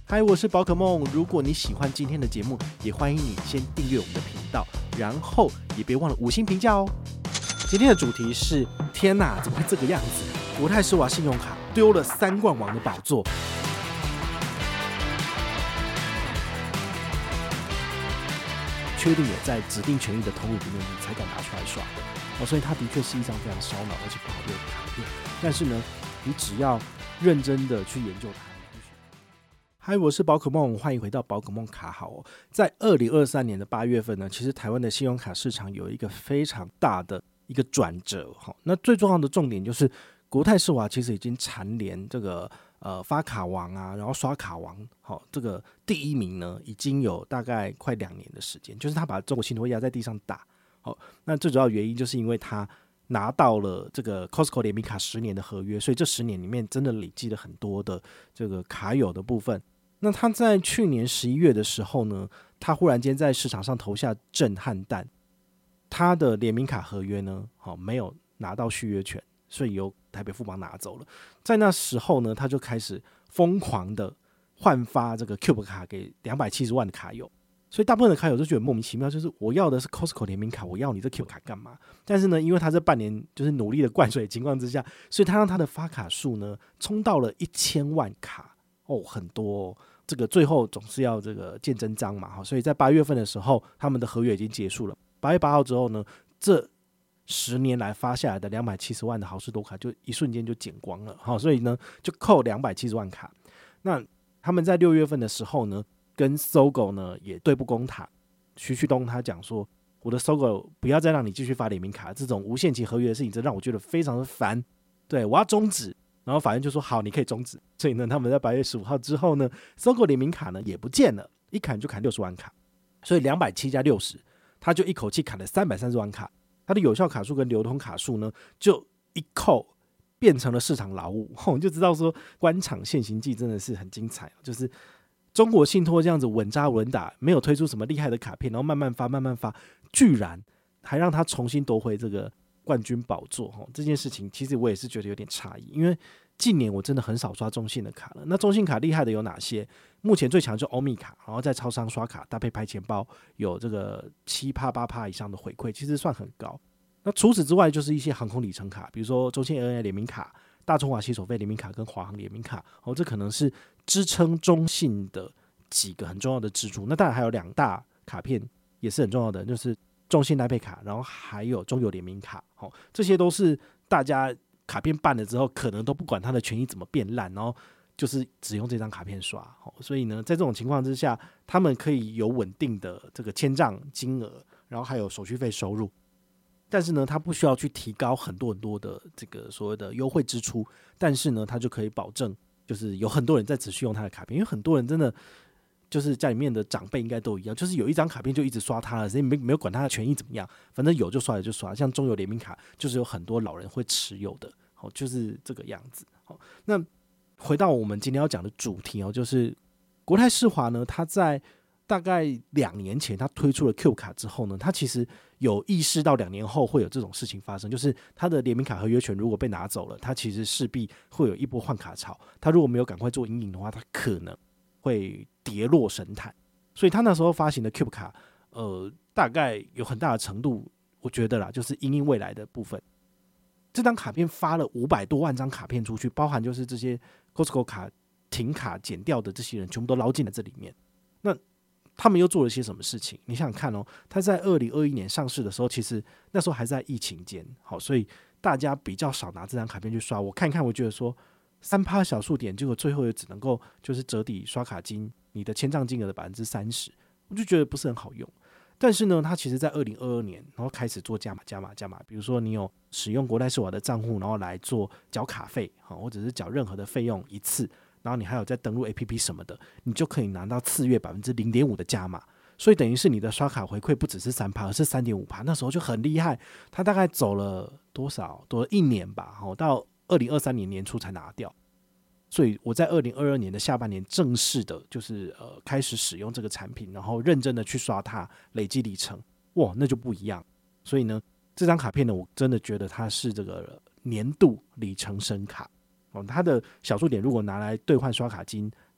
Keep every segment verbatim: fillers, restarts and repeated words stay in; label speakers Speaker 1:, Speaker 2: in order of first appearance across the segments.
Speaker 1: 嗨，我是宝可梦。如果你喜欢今天的节目，也欢迎你先订阅我们的频道，然后也别忘了五星评价哦。今天的主题是：天哪，怎么会这个样子？国泰世华信用卡丢了三冠王的宝座。确定有在指定权益的通路里面，你才敢拿出来刷的哦。所以它的确是一张非常烧脑而且不好用的卡片。但是呢，你只要认真的去研究它。嗨，我是宝可梦，欢迎回到宝可梦卡好哦。在二零二三年的八月份呢，其实台湾的信用卡市场有一个非常大的一个转折哈。那最重要的重点就是国泰世华其实已经蝉联这个呃发卡王啊，然后刷卡王，好，这个第一名呢已经有大概快两年的时间，就是他把中国信托压在地上打。好，那最主要的原因就是因为他拿到了这个 Costco 联名卡十年的合约，所以这十年里面真的累积了很多的这个卡友的部分。那他在去年十一月的时候呢，他忽然间在市场上投下震撼弹，他的联名卡合约呢，好没有拿到续约权，所以由台北富邦拿走了。在那时候呢，他就开始疯狂的换发这个 Cube 卡给两百七十万的卡友，所以大部分的卡友就觉得莫名其妙，就是我要的是 Costco 联名卡，我要你这 Cube 卡干嘛？但是呢，因为他这半年就是努力的灌水情况之下，所以他让他的发卡数呢冲到了一千万卡。哦，很多哦，这个最后总是要这个见真章嘛，所以在八月份的时候，他们的合约已经结束了。八月八号之后呢，这十年来发下来的两百七十万的好事多卡就一瞬间就减光了，好，所以呢就扣两百七十万卡。那他们在六月份的时候呢，跟搜狗呢也对簿公堂，徐旭东他讲说，我的搜狗不要再让你继续发联名卡，这种无限期合约的事情，这让我觉得非常的烦，对我要终止。然后法院就说好，你可以终止。所以呢，他们在八月十五号之后呢，搜狗联名卡呢也不见了，一砍就砍六十万卡，所以两百七加六十，他就一口气砍了三百三十万卡。他的有效卡数跟流通卡数呢，就一扣变成了市场劳务。你就知道说官场现形记真的是很精彩，就是中国信托这样子稳扎稳打，没有推出什么厉害的卡片，然后慢慢发慢慢发，居然还让他重新夺回这个冠军宝座，这件事情其实我也是觉得有点诧异，因为近年我真的很少刷中信的卡了。那中信卡厉害的有哪些？目前最强就欧米卡，然后在超商刷卡搭配拍钱包，有这个七趴八趴以上的回馈，其实算很高。那除此之外，就是一些航空里程卡，比如说中信 A N A 联名卡、大中华洗手费联名卡跟华航联名卡，哦，这可能是支撑中信的几个很重要的支柱。那当然还有两大卡片也是很重要的，就是中信来配卡，然后还有中油联名卡，哦，这些都是大家卡片办了之后，可能都不管它的权益怎么变烂，然后就是只用这张卡片刷，哦，所以呢，在这种情况之下，他们可以有稳定的这个签账金额，然后还有手续费收入，但是呢，他不需要去提高很多很多的这个所谓的优惠支出，但是呢，他就可以保证，就是有很多人在持续用他的卡片，因为很多人真的。就是家里面的长辈应该都一样，就是有一张卡片就一直刷它了，所以没没有管它的权益怎么样，反正有就刷了就刷。像中油联名卡，就是有很多老人会持有的，好，就是这个样子。好，那回到我们今天要讲的主题哦，就是国泰世华呢，它在大概两年前它推出了 Q 卡之后呢，它其实有意识到两年后会有这种事情发生，就是它的联名卡合约权如果被拿走了，它其实势必会有一波换卡潮，它如果没有赶快做因应的话，它可能会跌落神坛，所以他那时候发行的 Cube 卡，呃，大概有很大的程度，我觉得啦，就是因应未来的部分。这张卡片发了五百多万张卡片出去，包含就是这些 Costco 卡停卡减掉的这些人，全部都捞进了这里面。那他们又做了些什么事情？你想想看哦，他在二零二一年上市的时候，其实那时候还在疫情间，好，所以大家比较少拿这张卡片去刷。我看一看，我觉得说三趴小数点，结果最后也只能够就是折抵刷卡金。你的签账金额的百分之三十，我就觉得不是很好用。但是呢，它其实在二零二二年，然后开始做加码、加码、加码。比如说，你有使用国泰世华的账户，然后来做缴卡费，或者是缴任何的费用一次，然后你还有再登录 A P P 什么的，你就可以拿到次月百分之零点五的加码。所以等于是你的刷卡回馈不只是三趴，而是三点五趴。那时候就很厉害，它大概走了多少？走了一年吧，到二零二三年年初才拿掉。所以我在二零二二年的下半年正式的就是呃开始使用这个产品，然后认真的去刷它，累积里程，哇，那就不一样。所以呢，这张卡片呢，我真的觉得它是这个年度里程声卡，哦，它的小数点如果拿来兑换刷卡金，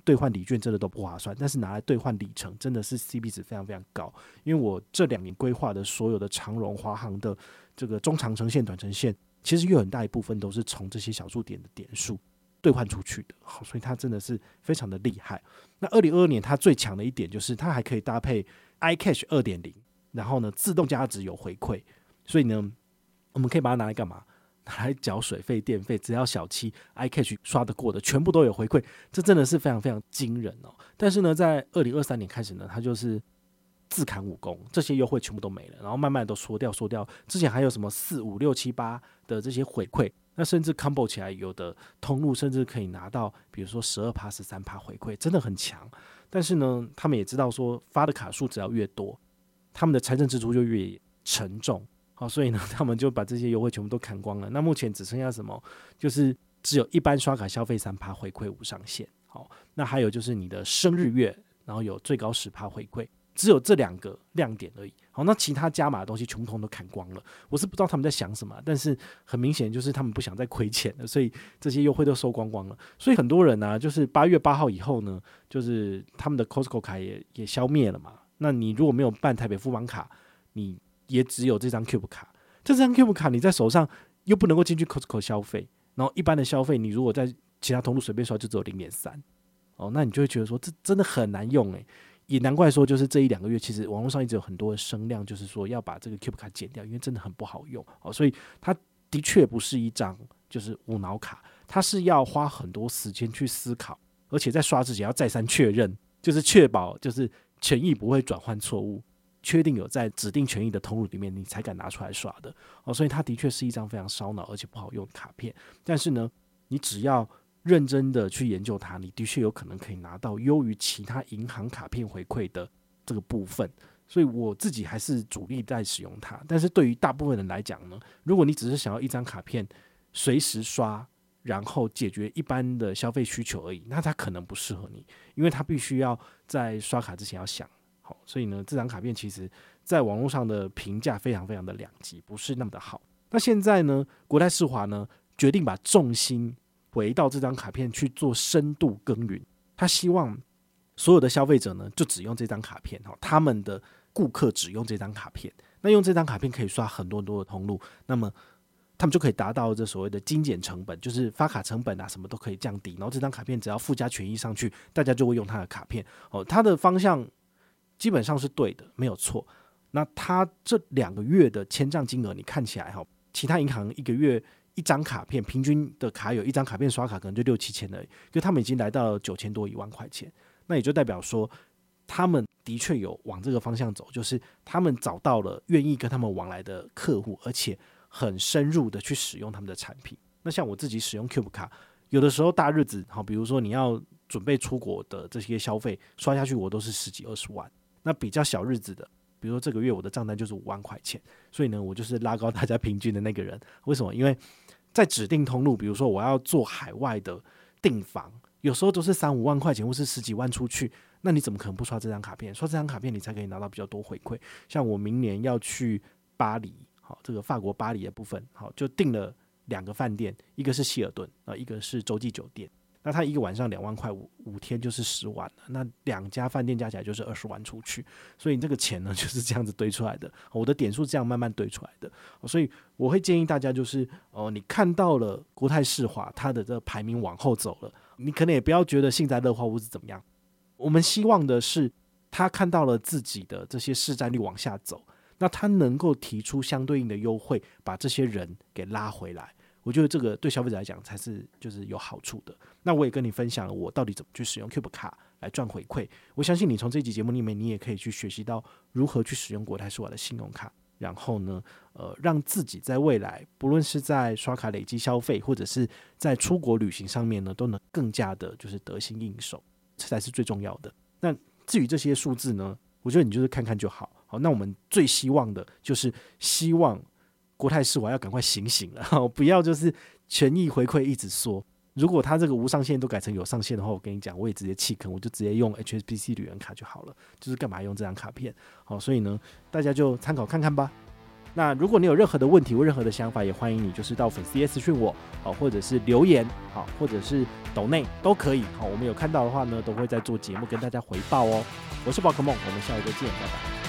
Speaker 1: 兑换礼券真的都不划算，但是拿来兑换里程真的是 C P 值非常非常高。因为我这两年规划的所有的长荣、华航的这个中长程线、短程线，其实有很大一部分都是从这些小数点的点数兑换出去的，所以它真的是非常的厉害。那二零二二年它最强的一点就是它还可以搭配 iCash 二点零， 然后呢自动加值有回馈，所以呢我们可以把它拿来干嘛？拿来缴水费、电费，只要小七 iCash 刷得过的，全部都有回馈，这真的是非常非常惊人哦。但是呢，在二零二三年开始呢，它就是自砍武功，这些优惠全部都没了，然后慢慢都缩掉缩掉。之前还有什么四五六七八的这些回馈，那甚至 combo 起来，有的通路甚至可以拿到，比如说 百分之十二、百分之十三 回馈，真的很强。但是呢，他们也知道说，发的卡数只要越多，他们的财政支出就越沉重。好，所以呢，他们就把这些优惠全部都砍光了。那目前只剩下什么？就是只有一般刷卡消费 百分之三 回馈无上限。好，那还有就是你的生日月，然后有最高 百分之十 回馈，只有这两个亮点而已。好，那其他加码的东西全部通都砍光了。我是不知道他们在想什么，但是很明显就是他们不想再亏钱了，所以这些优惠都收光光了。所以很多人啊，就是八月八号以后呢，就是他们的 Costco 卡也也消灭了嘛。那你如果没有办台北富邦卡，你也只有这张 Cube 卡，这张 Cube 卡你在手上又不能够进去 Costco 消费，然后一般的消费你如果在其他通路随便刷就只有 零点三， 哦，那你就会觉得说这真的很难用诶，也难怪说就是这一两个月其实网络上一直有很多的声量，就是说要把这个 Cube 卡剪掉，因为真的很不好用，哦，所以它的确不是一张就是无脑卡，它是要花很多时间去思考，而且在刷之前要再三确认，就是确保就是权益不会转换错误，确定有在指定权益的通路里面，你才敢拿出来刷的，哦，所以它的确是一张非常烧脑而且不好用的卡片。但是呢，你只要认真的去研究它，你的确有可能可以拿到优于其他银行卡片回馈的这个部分。所以我自己还是主力在使用它。但是对于大部分人来讲呢，如果你只是想要一张卡片随时刷，然后解决一般的消费需求而已，那它可能不适合你，因为它必须要在刷卡之前要想。好，所以呢，这张卡片其实在网络上的评价非常非常的两极，不是那么的好。那现在呢，国泰世华呢决定把重心回到这张卡片去做深度耕耘，他希望所有的消费者呢就只用这张卡片，他们的顾客只用这张卡片，那用这张卡片可以刷很多很多的通路，那么他们就可以达到这所谓的精简成本，就是发卡成本啊什么都可以降低，然后这张卡片只要附加权益上去，大家就会用它的卡片。哦，它的方向基本上是对的，没有错。那他这两个月的签账金额，你看起来哈，其他银行一个月一张卡片，平均的卡友一张卡片刷卡可能就六七千而已，就他们已经来到了九千多一万块钱。那也就代表说，他们的确有往这个方向走，就是他们找到了愿意跟他们往来的客户，而且很深入的去使用他们的产品。那像我自己使用 Cube 卡，有的时候大日子，好，比如说你要准备出国的这些消费刷下去，我都是十几二十万。那比较小日子的，比如说这个月我的账单就是五万块钱，所以呢，我就是拉高大家平均的那个人。为什么？因为在指定通路，比如说我要做海外的订房，有时候都是三五万块钱，或是十几万出去，那你怎么可能不刷这张卡片？刷这张卡片，你才可以拿到比较多回馈。像我明年要去巴黎，好，这个法国巴黎的部分，好，就订了两个饭店，一个是希尔顿，一个是洲际酒店。那他一个晚上两万块，五五天就是十万了。那两家饭店加起来就是二十万出去，所以这个钱呢就是这样子堆出来的。我的点数这样慢慢堆出来的，所以我会建议大家就是，哦，你看到了国泰世华它的这个排名往后走了，你可能也不要觉得幸灾乐祸或是怎么样。我们希望的是，他看到了自己的这些市占率往下走，那他能够提出相对应的优惠，把这些人给拉回来。我觉得这个对消费者来讲才是就是有好处的。那我也跟你分享了我到底怎么去使用 Cube 卡来赚回馈。我相信你从这集节目里面，你也可以去学习到如何去使用国泰世华的信用卡，然后呢，呃，让自己在未来不论是在刷卡累积消费，或者是在出国旅行上面呢，都能更加的就是得心应手，这才是最重要的。那至于这些数字呢，我觉得你就是看看就好。好，那我们最希望的就是希望国泰世华要赶快醒醒了，不要就是权益回馈一直缩。如果他这个无上限都改成有上限的话，我跟你讲，我也直接弃坑，我就直接用 H S B C 旅人卡就好了，就是干嘛用这张卡片。好，所以呢，大家就参考看看吧。 那如果你有任何的问题或任何的想法，也欢迎你就是到粉丝页私讯我，好，或者是留言，好，或者是抖内都可以，好，我们有看到的话呢，都会在做节目跟大家回报哦。我是宝可梦，我们下一周见，拜拜。